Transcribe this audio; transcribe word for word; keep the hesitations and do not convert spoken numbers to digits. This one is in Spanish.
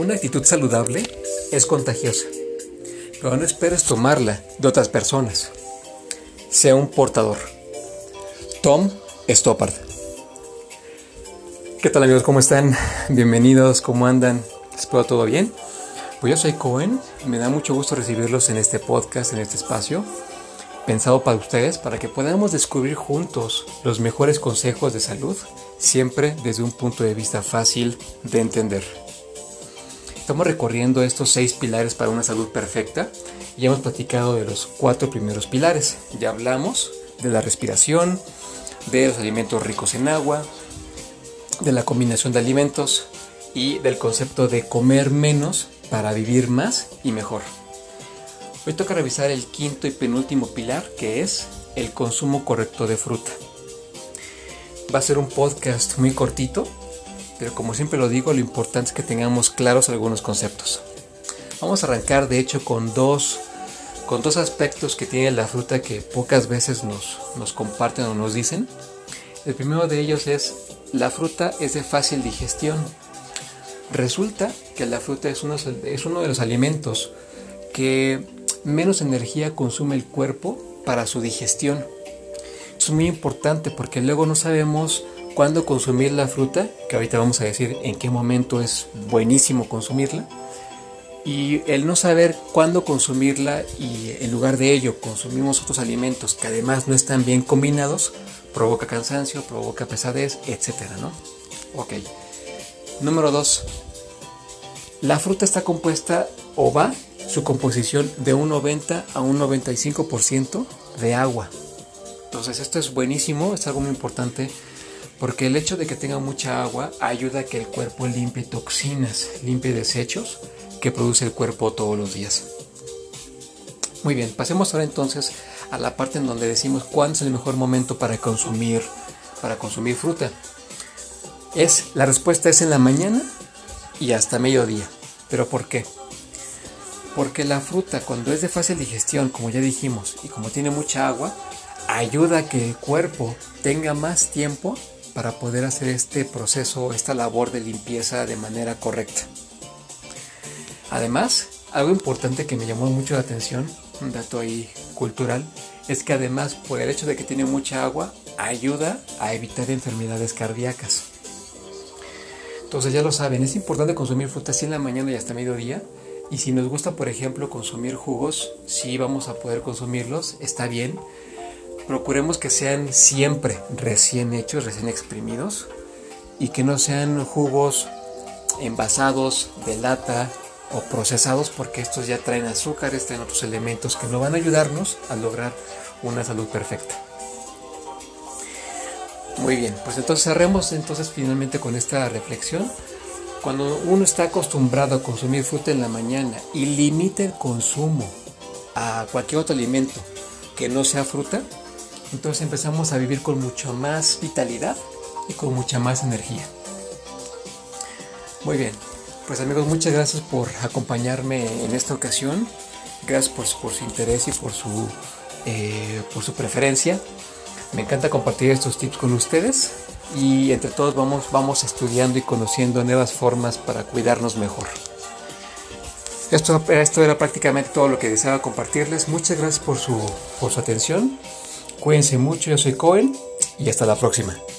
Una actitud saludable es contagiosa, pero no esperes tomarla de otras personas. Sea un portador. Tom Stoppard. ¿Qué tal, amigos? ¿Cómo están? Bienvenidos, ¿cómo andan? Espero todo bien. Pues yo soy Cohen y me da mucho gusto recibirlos en este podcast, en este espacio, pensado para ustedes, para que podamos descubrir juntos los mejores consejos de salud, siempre desde un punto de vista fácil de entender. Estamos recorriendo estos seis pilares para una salud perfecta y hemos platicado de los cuatro primeros pilares. Ya hablamos de la respiración, de los alimentos ricos en agua, de la combinación de alimentos y del concepto de comer menos para vivir más y mejor. Hoy toca revisar el quinto y penúltimo pilar, que es el consumo correcto de fruta. Va a ser un podcast muy cortito, pero como siempre lo digo, lo importante es que tengamos claros algunos conceptos. Vamos a arrancar de hecho con dos, con dos aspectos que tiene la fruta que pocas veces nos, nos comparten o nos dicen. El primero de ellos es: la fruta es de fácil digestión. Resulta que la fruta es uno, es uno de los alimentos que menos energía consume el cuerpo para su digestión. Es muy importante porque luego no sabemos cuándo consumir la fruta, que ahorita vamos a decir en qué momento es buenísimo consumirla. Y el no saber cuándo consumirla y en lugar de ello consumimos otros alimentos que además no están bien combinados, provoca cansancio, provoca pesadez, etcétera, ¿no? Ok. Número dos. La fruta está compuesta o va su composición de un noventa a un noventa y cinco por ciento de agua. Entonces esto es buenísimo, es algo muy importante porque el hecho de que tenga mucha agua ayuda a que el cuerpo limpie toxinas, limpie desechos que produce el cuerpo todos los días. Muy bien, pasemos ahora entonces a la parte en donde decimos cuándo es el mejor momento para consumir, para consumir fruta. Es, la respuesta es en la mañana y hasta mediodía. ¿Pero por qué? Porque la fruta, cuando es de fácil digestión, como ya dijimos, y como tiene mucha agua, ayuda a que el cuerpo tenga más tiempo para poder hacer este proceso, esta labor de limpieza de manera correcta. Además, algo importante que me llamó mucho la atención, un dato ahí cultural, es que además, por el hecho de que tiene mucha agua, ayuda a evitar enfermedades cardíacas. Entonces ya lo saben, es importante consumir fruta así en la mañana y hasta mediodía. Y si nos gusta, por ejemplo, consumir jugos, sí vamos a poder consumirlos, está bien. Procuremos que sean siempre recién hechos, recién exprimidos, y que no sean jugos envasados de lata o procesados, porque estos ya traen azúcares, traen otros elementos que no van a ayudarnos a lograr una salud perfecta. Muy bien, pues entonces cerremos entonces finalmente con esta reflexión. Cuando uno está acostumbrado a consumir fruta en la mañana y limita el consumo a cualquier otro alimento que no sea fruta, entonces empezamos a vivir con mucha más vitalidad y con mucha más energía. Muy bien, pues amigos, muchas gracias por acompañarme en esta ocasión. Gracias por, por su interés y por su, eh, por su preferencia. Me encanta compartir estos tips con ustedes y entre todos vamos, vamos estudiando y conociendo nuevas formas para cuidarnos mejor. Esto, esto era prácticamente todo lo que deseaba compartirles. Muchas gracias por su, por su atención. Cuídense mucho, yo soy Cohen y hasta la próxima.